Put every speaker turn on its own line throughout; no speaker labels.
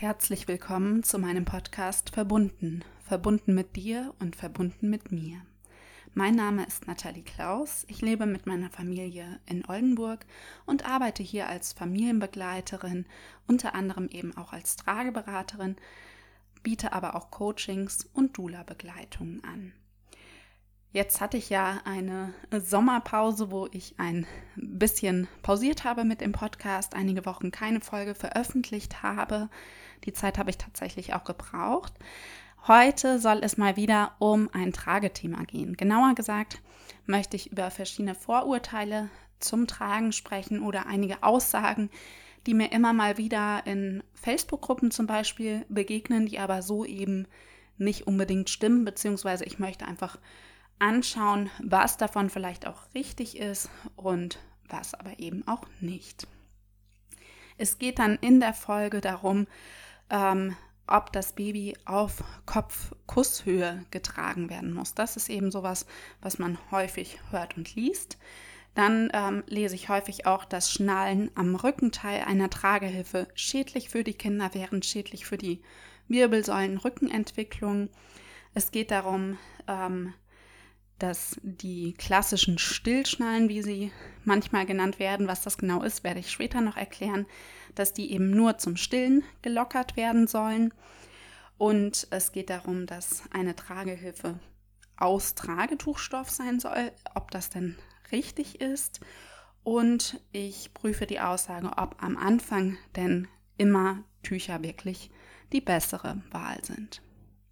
herzlich willkommen zu meinem Podcast Verbunden. Verbunden mit dir und verbunden mit mir. Mein Name ist Nathalie Klaus. Ich lebe mit meiner Familie in Oldenburg und arbeite hier als Familienbegleiterin, unter anderem eben auch als Trageberaterin, biete aber auch Coachings und Doula-Begleitungen an. Jetzt hatte ich ja eine Sommerpause, wo ich ein bisschen pausiert habe mit dem Podcast, einige Wochen keine Folge veröffentlicht habe. Die Zeit habe ich tatsächlich auch gebraucht. Heute soll es mal wieder um ein Tragethema gehen. Genauer gesagt möchte ich über verschiedene Vorurteile zum Tragen sprechen oder einige Aussagen, die mir immer mal wieder in Facebook-Gruppen zum Beispiel begegnen, die aber so eben nicht unbedingt stimmen, beziehungsweise ich möchte einfach anschauen, was davon vielleicht auch richtig ist und was aber eben auch nicht. Es geht dann in der Folge darum, ob das Baby auf Kopfkusshöhe getragen werden muss. Das ist eben sowas, was man häufig hört und liest. Dann lese ich häufig auch, dass Schnallen am Rückenteil einer Tragehilfe schädlich für die Kinder wären, schädlich für die Wirbelsäulen-Rückenentwicklung. Es geht darum, dass die klassischen Stillschnallen, wie sie manchmal genannt werden, was das genau ist, werde ich später noch erklären, dass die eben nur zum Stillen gelockert werden sollen. Und es geht darum, dass eine Tragehilfe aus Tragetuchstoff sein soll, ob das denn richtig ist. Und ich prüfe die Aussage, ob am Anfang denn immer Tücher wirklich die bessere Wahl sind.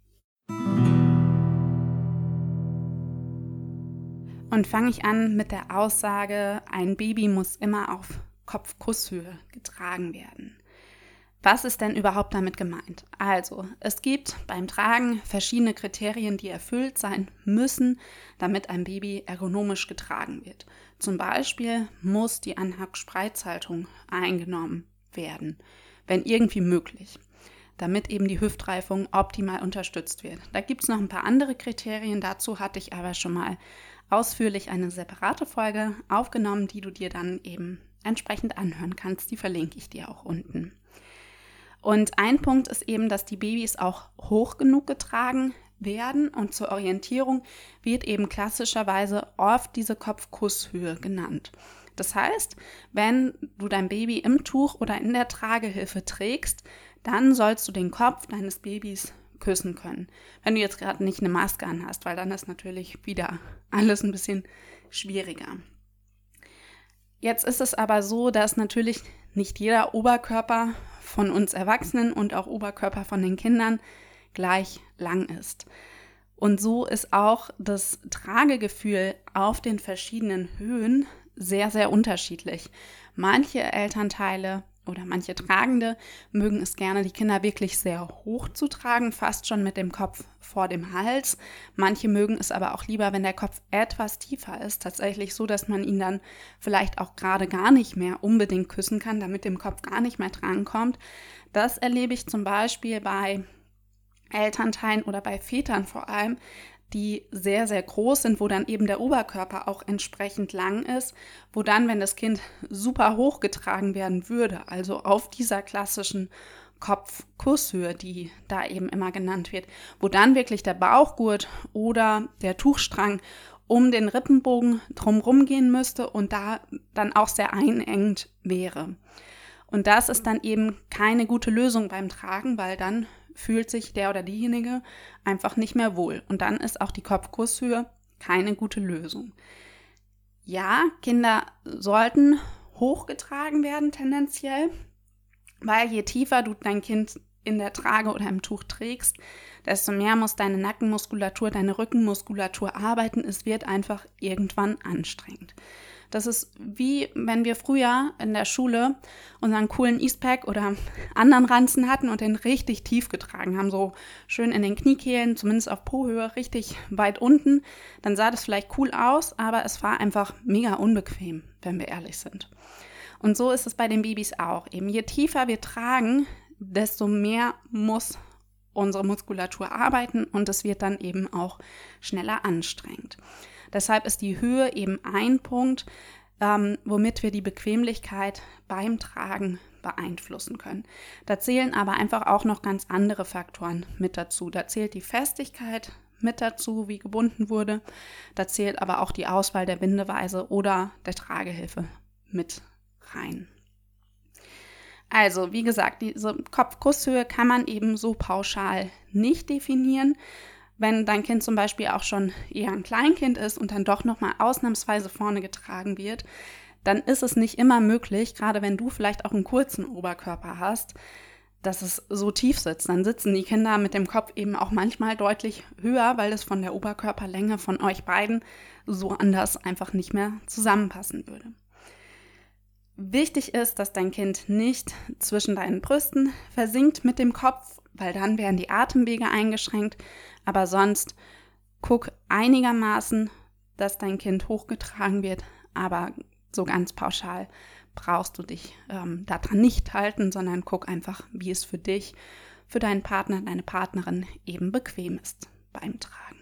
Und fange ich an mit der Aussage, ein Baby muss immer auf Kopfkusshöhe getragen werden. Was ist denn überhaupt damit gemeint? Also, es gibt beim Tragen verschiedene Kriterien, die erfüllt sein müssen, damit ein Baby ergonomisch getragen wird. Zum Beispiel muss die Anhack-Spreizhaltung eingenommen werden, wenn irgendwie möglich, damit eben die Hüftreifung optimal unterstützt wird. Da gibt es noch ein paar andere Kriterien, dazu hatte ich aber schon mal ausführlich eine separate Folge aufgenommen, die du dir dann eben entsprechend anhören kannst. Die verlinke ich dir auch unten. Und ein Punkt ist eben, dass die Babys auch hoch genug getragen werden und zur Orientierung wird eben klassischerweise oft diese Kopfkusshöhe genannt. Das heißt, wenn du dein Baby im Tuch oder in der Tragehilfe trägst, dann sollst du den Kopf deines Babys küssen können. Wenn du jetzt gerade nicht eine Maske an hast, weil dann ist natürlich wieder alles ein bisschen schwieriger. Jetzt ist es aber so, dass natürlich nicht jeder Oberkörper von uns Erwachsenen und auch Oberkörper von den Kindern gleich lang ist. Und so ist auch das Tragegefühl auf den verschiedenen Höhen sehr, sehr unterschiedlich. Manche Elternteile oder manche Tragende mögen es gerne, die Kinder wirklich sehr hoch zu tragen, fast schon mit dem Kopf vor dem Hals. Manche mögen es aber auch lieber, wenn der Kopf etwas tiefer ist, tatsächlich so, dass man ihn dann vielleicht auch gerade gar nicht mehr unbedingt küssen kann, damit dem Kopf gar nicht mehr drankommt. Das erlebe ich zum Beispiel bei Elternteilen oder bei Vätern vor allem, die sehr, sehr groß sind, wo dann eben der Oberkörper auch entsprechend lang ist, wo dann, wenn das Kind super hoch getragen werden würde, also auf dieser klassischen Kopfkusshöhe, die da eben immer genannt wird, wo dann wirklich der Bauchgurt oder der Tuchstrang um den Rippenbogen drumherum gehen müsste und da dann auch sehr einengend wäre. Und das ist dann eben keine gute Lösung beim Tragen, weil dann fühlt sich der oder diejenige einfach nicht mehr wohl. Und dann ist auch die Kopfkusshöhe keine gute Lösung. Ja, Kinder sollten hochgetragen werden tendenziell, weil je tiefer du dein Kind in der Trage oder im Tuch trägst, desto mehr muss deine Nackenmuskulatur, deine Rückenmuskulatur arbeiten. Es wird einfach irgendwann anstrengend. Das ist wie wenn wir früher in der Schule unseren coolen Eastpack oder anderen Ranzen hatten und den richtig tief getragen haben, so schön in den Kniekehlen, zumindest auf Po-Höhe, richtig weit unten. Dann sah das vielleicht cool aus, aber es war einfach mega unbequem, wenn wir ehrlich sind. Und so ist es bei den Babys auch. Eben je tiefer wir tragen, desto mehr muss unsere Muskulatur arbeiten und es wird dann eben auch schneller anstrengend. Deshalb ist die Höhe eben ein Punkt, womit wir die Bequemlichkeit beim Tragen beeinflussen können. Da zählen aber einfach auch noch ganz andere Faktoren mit dazu. Da zählt die Festigkeit mit dazu, wie gebunden wurde. Da zählt aber auch die Auswahl der Bindeweise oder der Tragehilfe mit rein. Also, wie gesagt, diese Kopfkusshöhe kann man eben so pauschal nicht definieren. Wenn dein Kind zum Beispiel auch schon eher ein Kleinkind ist und dann doch nochmal ausnahmsweise vorne getragen wird, dann ist es nicht immer möglich, gerade wenn du vielleicht auch einen kurzen Oberkörper hast, dass es so tief sitzt. Dann sitzen die Kinder mit dem Kopf eben auch manchmal deutlich höher, weil es von der Oberkörperlänge von euch beiden so anders einfach nicht mehr zusammenpassen würde. Wichtig ist, dass dein Kind nicht zwischen deinen Brüsten versinkt mit dem Kopf, weil dann werden die Atemwege eingeschränkt. Aber sonst guck einigermaßen, dass dein Kind hochgetragen wird, aber so ganz pauschal brauchst du dich daran nicht halten, sondern guck einfach, wie es für dich, für deinen Partner, deine Partnerin eben bequem ist beim Tragen.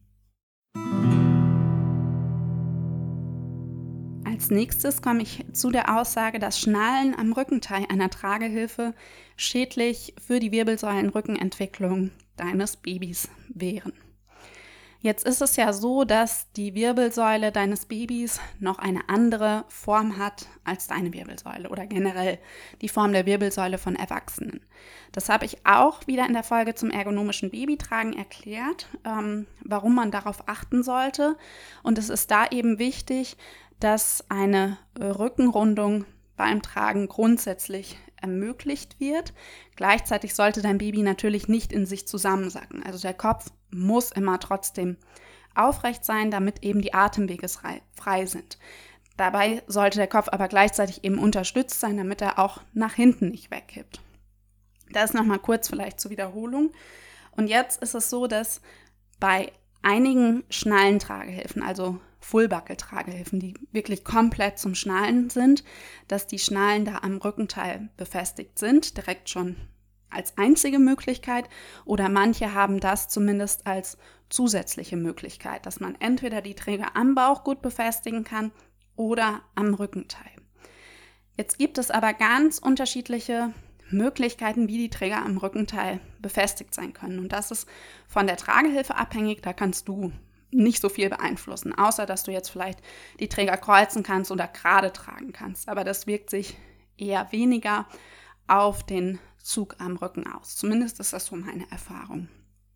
Als nächstes komme ich zu der Aussage, dass Schnallen am Rückenteil einer Tragehilfe schädlich für die Wirbelsäulenrückenentwicklung deines Babys wären. Jetzt ist es ja so, dass die Wirbelsäule deines Babys noch eine andere Form hat als deine Wirbelsäule oder generell die Form der Wirbelsäule von Erwachsenen. Das habe ich auch wieder in der Folge zum ergonomischen Babytragen erklärt, warum man darauf achten sollte. Und es ist da eben wichtig, dass eine Rückenrundung beim Tragen grundsätzlich ermöglicht wird. Gleichzeitig sollte dein Baby natürlich nicht in sich zusammensacken. Also der Kopf muss immer trotzdem aufrecht sein, damit eben die Atemwege frei sind. Dabei sollte der Kopf aber gleichzeitig eben unterstützt sein, damit er auch nach hinten nicht wegkippt. Das nochmal kurz vielleicht zur Wiederholung. Und jetzt ist es so, dass bei einigen Schnallentragehilfen, also Fullbuckle-Tragehilfen, die wirklich komplett zum Schnallen sind, dass die Schnallen da am Rückenteil befestigt sind, direkt schon als einzige Möglichkeit, oder manche haben das zumindest als zusätzliche Möglichkeit, dass man entweder die Träger am Bauch gut befestigen kann oder am Rückenteil. Jetzt gibt es aber ganz unterschiedliche Möglichkeiten, wie die Träger am Rückenteil befestigt sein können. Und das ist von der Tragehilfe abhängig, da kannst du nicht so viel beeinflussen, außer dass du jetzt vielleicht die Träger kreuzen kannst oder gerade tragen kannst. Aber das wirkt sich eher weniger auf den Zug am Rücken aus. Zumindest ist das so meine Erfahrung.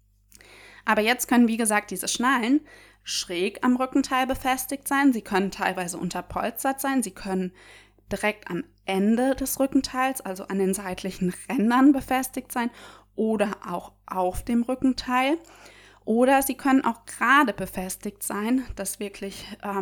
Aber jetzt können, wie gesagt, diese Schnallen schräg am Rückenteil befestigt sein. Sie können teilweise unterpolstert sein. Sie können direkt am Ende des Rückenteils, also an den seitlichen Rändern befestigt sein oder auch auf dem Rückenteil. Oder sie können auch gerade befestigt sein, dass wirklich,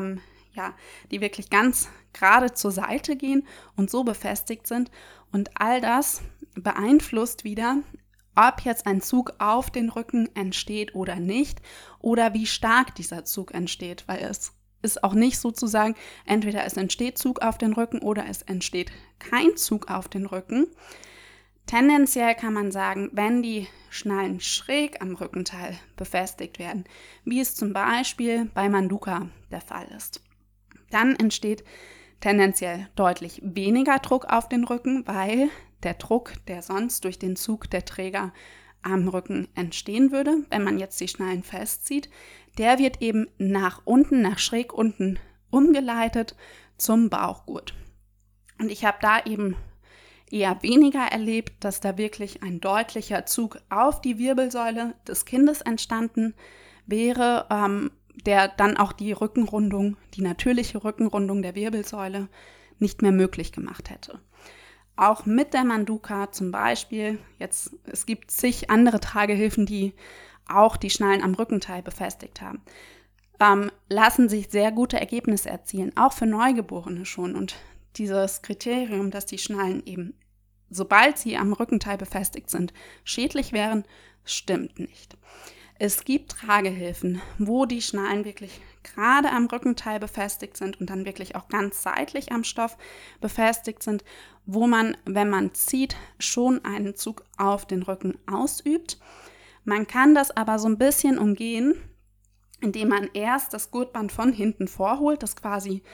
die wirklich ganz gerade zur Seite gehen und so befestigt sind. Und all das beeinflusst wieder, ob jetzt ein Zug auf den Rücken entsteht oder nicht oder wie stark dieser Zug entsteht, weil es ist auch nicht sozusagen, entweder es entsteht Zug auf den Rücken oder es entsteht kein Zug auf den Rücken. Tendenziell kann man sagen, wenn die Schnallen schräg am Rückenteil befestigt werden, wie es zum Beispiel bei Manduka der Fall ist, dann entsteht tendenziell deutlich weniger Druck auf den Rücken, weil der Druck, der sonst durch den Zug der Träger am Rücken entstehen würde, wenn man jetzt die Schnallen festzieht, der wird eben nach unten, nach schräg unten umgeleitet zum Bauchgurt. Und ich habe da eben eher weniger erlebt, dass da wirklich ein deutlicher Zug auf die Wirbelsäule des Kindes entstanden wäre, der dann auch die Rückenrundung, die natürliche Rückenrundung der Wirbelsäule nicht mehr möglich gemacht hätte. Auch mit der Manduka zum Beispiel, es gibt zig andere Tragehilfen, die auch die Schnallen am Rückenteil befestigt haben, lassen sich sehr gute Ergebnisse erzielen, auch für Neugeborene schon. Und dieses Kriterium, dass die Schnallen eben, sobald sie am Rückenteil befestigt sind, schädlich wären, stimmt nicht. Es gibt Tragehilfen, wo die Schnallen wirklich gerade am Rückenteil befestigt sind und dann wirklich auch ganz seitlich am Stoff befestigt sind, wo man, wenn man zieht, schon einen Zug auf den Rücken ausübt. Man kann das aber so ein bisschen umgehen, indem man erst das Gurtband von hinten vorholt, das quasi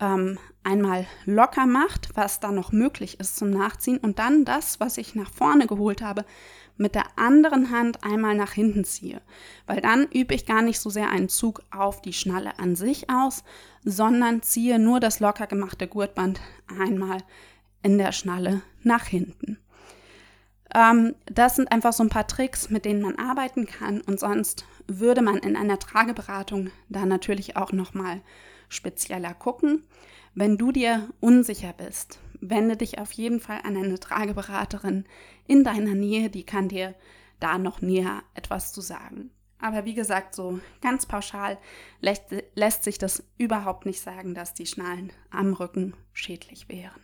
einmal locker macht, was da noch möglich ist zum Nachziehen und dann das, was ich nach vorne geholt habe, mit der anderen Hand einmal nach hinten ziehe. Weil dann übe ich gar nicht so sehr einen Zug auf die Schnalle an sich aus, sondern ziehe nur das locker gemachte Gurtband einmal in der Schnalle nach hinten. Das sind einfach so ein paar Tricks, mit denen man arbeiten kann und sonst würde man in einer Trageberatung da natürlich auch nochmal spezieller gucken. Wenn du dir unsicher bist, wende dich auf jeden Fall an eine Trageberaterin in deiner Nähe, die kann dir da noch näher etwas zu sagen. Aber wie gesagt, so ganz pauschal lässt sich das überhaupt nicht sagen, dass die Schnallen am Rücken schädlich wären.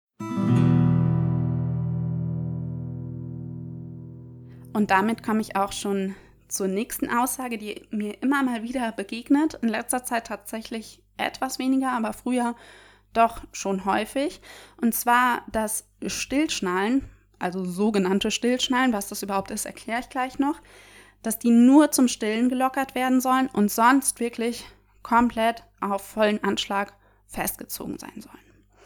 Und damit komme ich auch schon zur nächsten Aussage, die mir immer mal wieder begegnet. In letzter Zeit tatsächlich etwas weniger, aber früher doch schon häufig. Und zwar das Stillschnallen, also sogenannte Stillschnallen, was das überhaupt ist, erkläre ich gleich noch, dass die nur zum Stillen gelockert werden sollen und sonst wirklich komplett auf vollen Anschlag festgezogen sein sollen.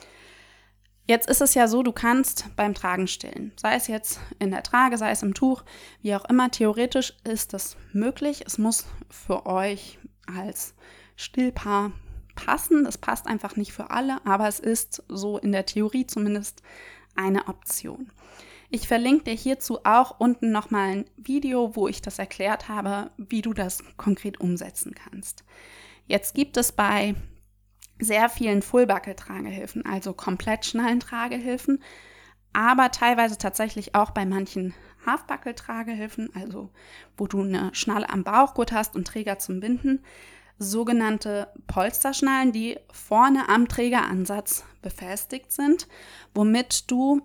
Jetzt ist es ja so, du kannst beim Tragen stillen, sei es jetzt in der Trage, sei es im Tuch, wie auch immer, theoretisch ist das möglich. Es muss für euch als Stillpaar passen, es passt einfach nicht für alle, aber es ist so in der Theorie zumindest eine Option. Ich verlinke dir hierzu auch unten nochmal ein Video, wo ich das erklärt habe, wie du das konkret umsetzen kannst. Jetzt gibt es bei sehr vielen Fullbuckle-Tragehilfen, also Komplettschnallen-Tragehilfen, aber teilweise tatsächlich auch bei manchen Halfbuckle-Tragehilfen, also wo du eine Schnalle am Bauchgurt hast und Träger zum Binden, sogenannte Polsterschnallen, die vorne am Trägeransatz befestigt sind, womit du,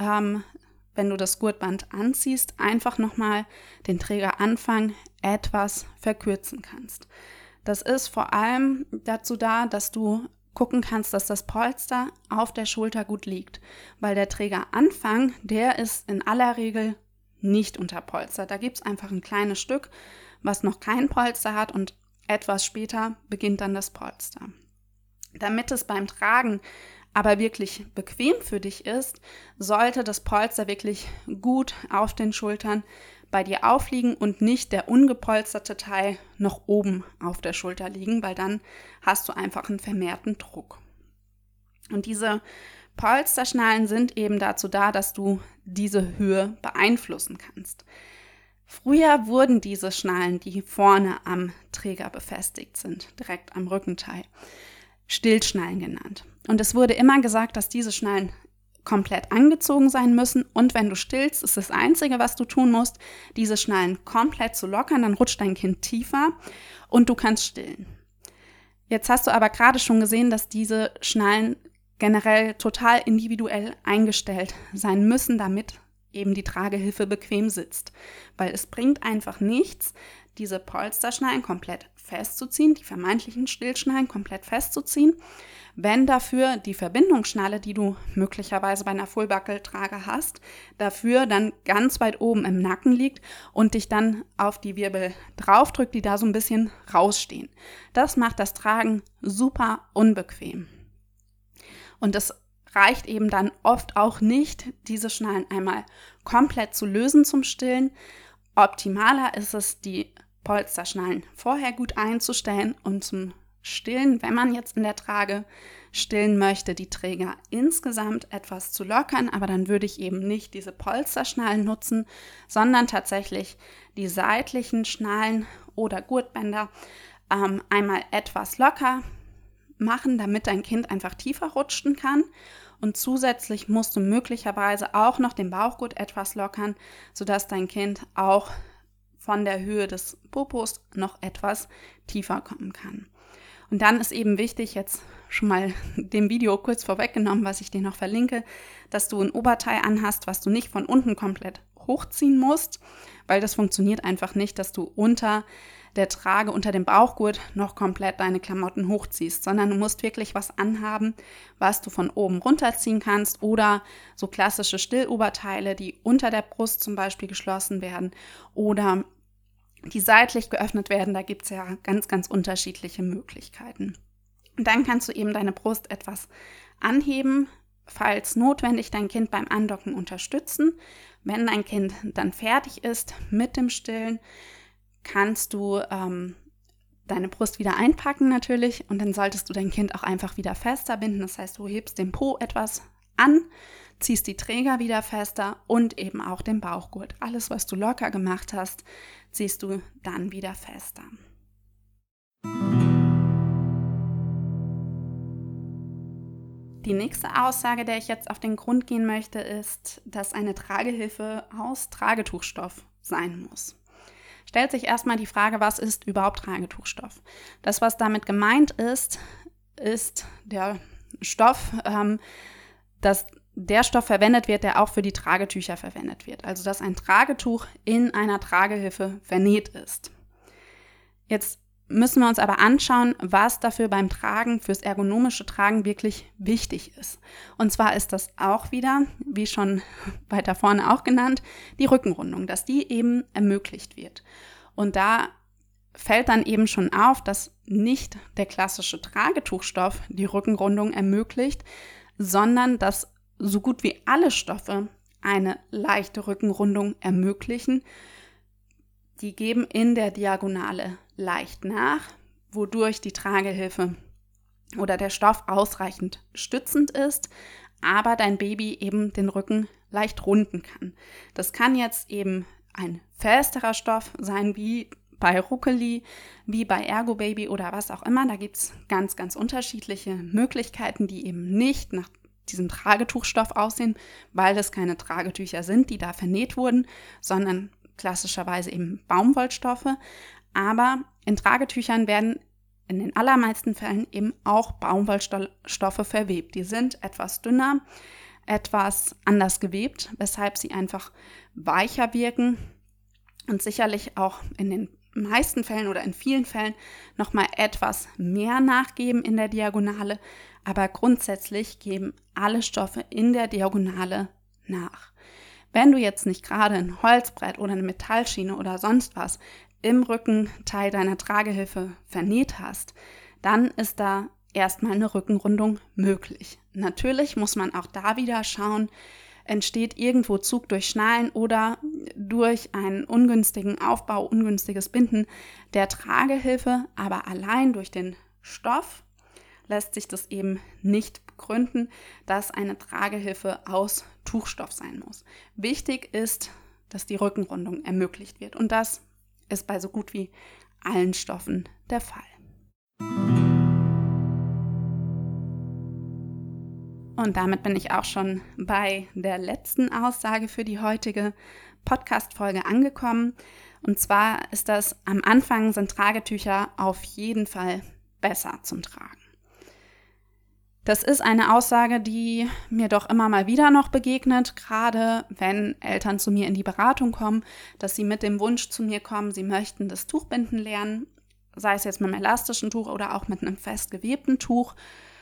wenn du das Gurtband anziehst, einfach nochmal den Trägeranfang etwas verkürzen kannst. Das ist vor allem dazu da, dass du gucken kannst, dass das Polster auf der Schulter gut liegt, weil der Trägeranfang, der ist in aller Regel nicht unterpolstert. Da gibt es einfach ein kleines Stück, was noch kein Polster hat und etwas später beginnt dann das Polster. Damit es beim Tragen aber wirklich bequem für dich ist, sollte das Polster wirklich gut auf den Schultern bei dir aufliegen und nicht der ungepolsterte Teil noch oben auf der Schulter liegen, weil dann hast du einfach einen vermehrten Druck. Und diese Polsterschnallen sind eben dazu da, dass du diese Höhe beeinflussen kannst. Früher wurden diese Schnallen, die vorne am Träger befestigt sind, direkt am Rückenteil, Stillschnallen genannt. Und es wurde immer gesagt, dass diese Schnallen komplett angezogen sein müssen und wenn du stillst, ist das Einzige, was du tun musst, diese Schnallen komplett zu lockern, dann rutscht dein Kind tiefer und du kannst stillen. Jetzt hast du aber gerade schon gesehen, dass diese Schnallen generell total individuell eingestellt sein müssen, damit eben die Tragehilfe bequem sitzt. Weil es bringt einfach nichts, diese Polsterschnallen komplett festzuziehen, die vermeintlichen Stillschnallen komplett festzuziehen, wenn dafür die Verbindungsschnalle, die du möglicherweise bei einer Fullbuckle-Trage hast, dafür dann ganz weit oben im Nacken liegt und dich dann auf die Wirbel draufdrückt, die da so ein bisschen rausstehen. Das macht das Tragen super unbequem. Und es reicht eben dann oft auch nicht, diese Schnallen einmal komplett zu lösen zum Stillen. Optimaler ist es, die Polsterschnallen vorher gut einzustellen und zum Stillen, wenn man jetzt in der Trage stillen möchte, die Träger insgesamt etwas zu lockern, aber dann würde ich eben nicht diese Polsterschnallen nutzen, sondern tatsächlich die seitlichen Schnallen oder Gurtbänder einmal etwas locker machen, damit dein Kind einfach tiefer rutschen kann. Und zusätzlich musst du möglicherweise auch noch den Bauchgurt etwas lockern, sodass dein Kind auch von der Höhe des Popos noch etwas tiefer kommen kann. Und dann ist eben wichtig, jetzt schon mal dem Video kurz vorweggenommen, was ich dir noch verlinke, dass du ein Oberteil anhast, was du nicht von unten komplett hochziehen musst, weil das funktioniert einfach nicht, dass du unter der Trage, unter dem Bauchgurt noch komplett deine Klamotten hochziehst, sondern du musst wirklich was anhaben, was du von oben runterziehen kannst oder so klassische Stilloberteile, die unter der Brust zum Beispiel geschlossen werden oder die seitlich geöffnet werden. Da gibt es ja ganz, ganz unterschiedliche Möglichkeiten. Und dann kannst du eben deine Brust etwas anheben, falls notwendig dein Kind beim Andocken unterstützen. Wenn dein Kind dann fertig ist mit dem Stillen, kannst du deine Brust wieder einpacken natürlich und dann solltest du dein Kind auch einfach wieder fester binden. Das heißt, du hebst den Po etwas an, ziehst die Träger wieder fester und eben auch den Bauchgurt. Alles, was du locker gemacht hast, ziehst du dann wieder fester. Die nächste Aussage, der ich jetzt auf den Grund gehen möchte, ist, dass eine Tragehilfe aus Tragetuchstoff sein muss. Stellt sich erstmal die Frage, was ist überhaupt Tragetuchstoff? Das, was damit gemeint ist der Stoff, dass der Stoff verwendet wird, der auch für die Tragetücher verwendet wird. Also, dass ein Tragetuch in einer Tragehilfe vernäht ist. Jetzt müssen wir uns aber anschauen, was dafür beim Tragen, fürs ergonomische Tragen wirklich wichtig ist. Und zwar ist das auch wieder, wie schon weiter vorne auch genannt, die Rückenrundung, dass die eben ermöglicht wird. Und da fällt dann eben schon auf, dass nicht der klassische Tragetuchstoff die Rückenrundung ermöglicht, sondern dass so gut wie alle Stoffe eine leichte Rückenrundung ermöglichen. Die geben in der Diagonale leicht nach, wodurch die Tragehilfe oder der Stoff ausreichend stützend ist, aber dein Baby eben den Rücken leicht runden kann. Das kann jetzt eben ein festerer Stoff sein, wie bei Ruckeli, wie bei Ergo-Baby oder was auch immer. Da gibt es ganz, ganz unterschiedliche Möglichkeiten, die eben nicht nach diesem Tragetuchstoff aussehen, weil es keine Tragetücher sind, die da vernäht wurden, sondern klassischerweise eben Baumwollstoffe. Aber in Tragetüchern werden in den allermeisten Fällen eben auch Baumwollstoffe verwebt. Die sind etwas dünner, etwas anders gewebt, weshalb sie einfach weicher wirken und sicherlich auch in den meisten Fällen oder in vielen Fällen nochmal etwas mehr nachgeben in der Diagonale. Aber grundsätzlich geben alle Stoffe in der Diagonale nach. Wenn du jetzt nicht gerade ein Holzbrett oder eine Metallschiene oder sonst was im Rückenteil deiner Tragehilfe vernäht hast, dann ist da erstmal eine Rückenrundung möglich. Natürlich muss man auch da wieder schauen, entsteht irgendwo Zug durch Schnallen oder durch einen ungünstigen Aufbau, ungünstiges Binden der Tragehilfe, aber allein durch den Stoff lässt sich das eben nicht begründen, dass eine Tragehilfe aus Tuchstoff sein muss. Wichtig ist, dass die Rückenrundung ermöglicht wird und das ist bei so gut wie allen Stoffen der Fall. Und damit bin ich auch schon bei der letzten Aussage für die heutige Podcast-Folge angekommen. Und zwar ist das, am Anfang sind Tragetücher auf jeden Fall besser zum Tragen. Das ist eine Aussage, die mir doch immer mal wieder noch begegnet, gerade wenn Eltern zu mir in die Beratung kommen, dass sie mit dem Wunsch zu mir kommen, sie möchten das Tuchbinden lernen, sei es jetzt mit einem elastischen Tuch oder auch mit einem fest gewebten Tuch,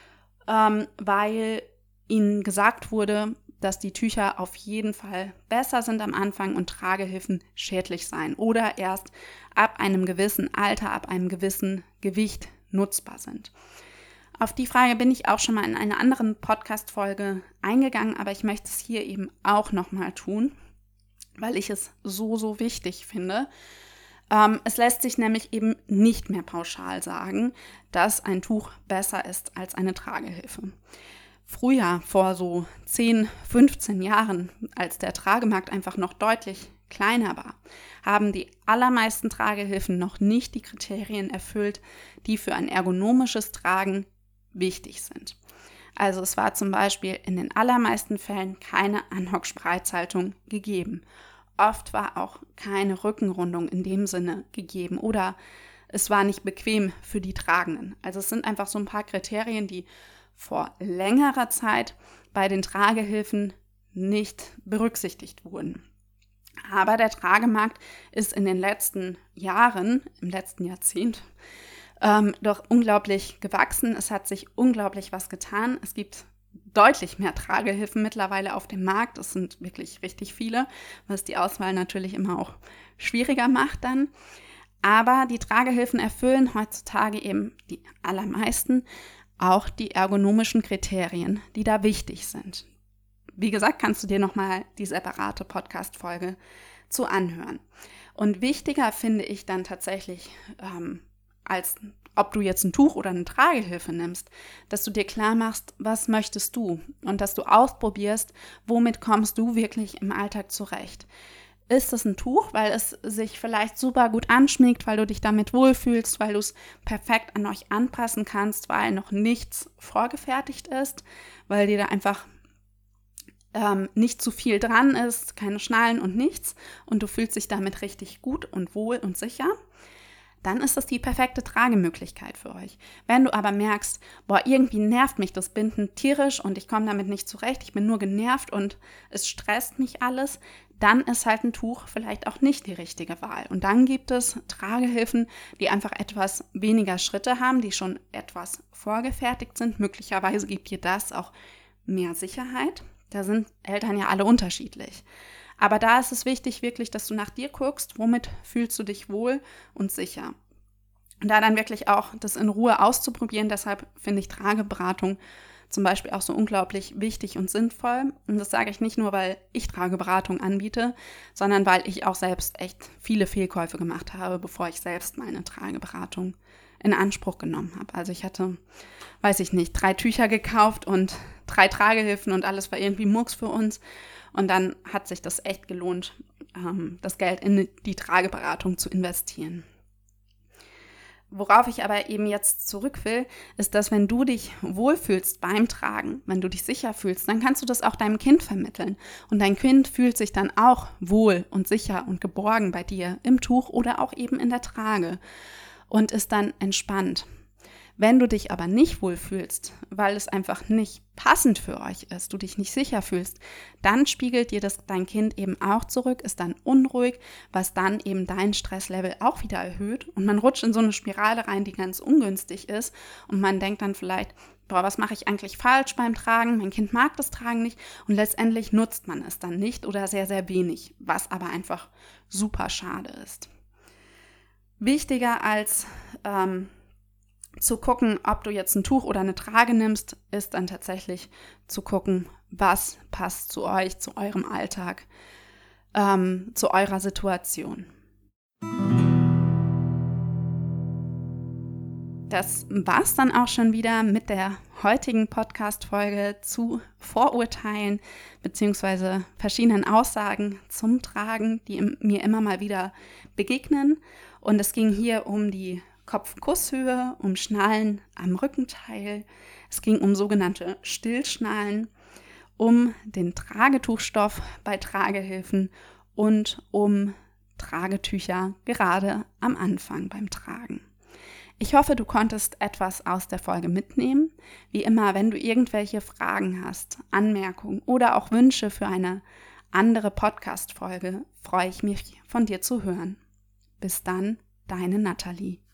weil ihnen gesagt wurde, dass die Tücher auf jeden Fall besser sind am Anfang und Tragehilfen schädlich seien oder erst ab einem gewissen Alter, ab einem gewissen Gewicht nutzbar sind. Auf die Frage bin ich auch schon mal in einer anderen Podcast-Folge eingegangen, aber ich möchte es hier eben auch nochmal tun, weil ich es so wichtig finde. Es lässt sich nämlich eben nicht mehr pauschal sagen, dass ein Tuch besser ist als eine Tragehilfe. Früher, vor so 10, 15 Jahren, als der Tragemarkt einfach noch deutlich kleiner war, haben die allermeisten Tragehilfen noch nicht die Kriterien erfüllt, die für ein ergonomisches Tragen wichtig sind. Also es war zum Beispiel in den allermeisten Fällen keine Anhock-Spreizhaltung gegeben. Oft war auch keine Rückenrundung in dem Sinne gegeben oder es war nicht bequem für die Tragenden. Also es sind einfach so ein paar Kriterien, die vor längerer Zeit bei den Tragehilfen nicht berücksichtigt wurden. Aber der Tragemarkt ist in den letzten Jahren, im letzten Jahrzehnt, doch unglaublich gewachsen. Es hat sich unglaublich was getan. Es gibt deutlich mehr Tragehilfen mittlerweile auf dem Markt. Es sind wirklich richtig viele, was die Auswahl natürlich immer auch schwieriger macht dann. Aber die Tragehilfen erfüllen heutzutage eben die allermeisten auch die ergonomischen Kriterien, die da wichtig sind. Wie gesagt, kannst du dir nochmal die separate Podcast-Folge zu anhören. Und wichtiger finde ich dann tatsächlich, als ob du jetzt ein Tuch oder eine Tragehilfe nimmst, dass du dir klar machst, was möchtest du und dass du ausprobierst, womit kommst du wirklich im Alltag zurecht. Ist es ein Tuch, weil es sich vielleicht super gut anschmiegt, weil du dich damit wohlfühlst, weil du es perfekt an euch anpassen kannst, weil noch nichts vorgefertigt ist, weil dir da einfach nicht zu viel dran ist, keine Schnallen und nichts und du fühlst dich damit richtig gut und wohl und sicher, dann ist das die perfekte Tragemöglichkeit für euch. Wenn du aber merkst, irgendwie nervt mich das Binden tierisch und ich komme damit nicht zurecht, ich bin nur genervt und es stresst mich alles, dann ist halt ein Tuch vielleicht auch nicht die richtige Wahl. Und dann gibt es Tragehilfen, die einfach etwas weniger Schritte haben, die schon etwas vorgefertigt sind. Möglicherweise gibt dir das auch mehr Sicherheit. Da sind Eltern ja alle unterschiedlich. Aber da ist es wichtig wirklich, dass du nach dir guckst, womit fühlst du dich wohl und sicher. Und da dann wirklich auch das in Ruhe auszuprobieren, deshalb finde ich Trageberatung zum Beispiel auch so unglaublich wichtig und sinnvoll. Und das sage ich nicht nur, weil ich Trageberatung anbiete, sondern weil ich auch selbst echt viele Fehlkäufe gemacht habe, bevor ich selbst meine Trageberatung in Anspruch genommen habe. Also ich hatte, 3 Tücher gekauft und 3 Tragehilfen und alles war irgendwie Murks für uns. Und dann hat sich das echt gelohnt, das Geld in die Trageberatung zu investieren. Worauf ich aber eben jetzt zurück will, ist, dass wenn du dich wohlfühlst beim Tragen, wenn du dich sicher fühlst, dann kannst du das auch deinem Kind vermitteln. Und dein Kind fühlt sich dann auch wohl und sicher und geborgen bei dir im Tuch oder auch eben in der Trage und ist dann entspannt. Wenn du dich aber nicht wohlfühlst, weil es einfach nicht passend für euch ist, du dich nicht sicher fühlst, dann spiegelt dir das dein Kind eben auch zurück, ist dann unruhig, was dann eben dein Stresslevel auch wieder erhöht und man rutscht in so eine Spirale rein, die ganz ungünstig ist und man denkt dann vielleicht, was mache ich eigentlich falsch beim Tragen? Mein Kind mag das Tragen nicht und letztendlich nutzt man es dann nicht oder sehr, sehr wenig, was aber einfach super schade ist. Wichtiger als zu gucken, ob du jetzt ein Tuch oder eine Trage nimmst, ist dann tatsächlich zu gucken, was passt zu euch, zu eurem Alltag, zu eurer Situation. Das war's dann auch schon wieder mit der heutigen Podcast-Folge zu Vorurteilen bzw. verschiedenen Aussagen zum Tragen, die mir immer mal wieder begegnen. Und es ging hier um die Kopfkusshöhe, um Schnallen am Rückenteil. Es ging um sogenannte Stillschnallen, um den Tragetuchstoff bei Tragehilfen und um Tragetücher gerade am Anfang beim Tragen. Ich hoffe, du konntest etwas aus der Folge mitnehmen. Wie immer, wenn du irgendwelche Fragen hast, Anmerkungen oder auch Wünsche für eine andere Podcast-Folge, freue ich mich, von dir zu hören. Bis dann, deine Nathalie.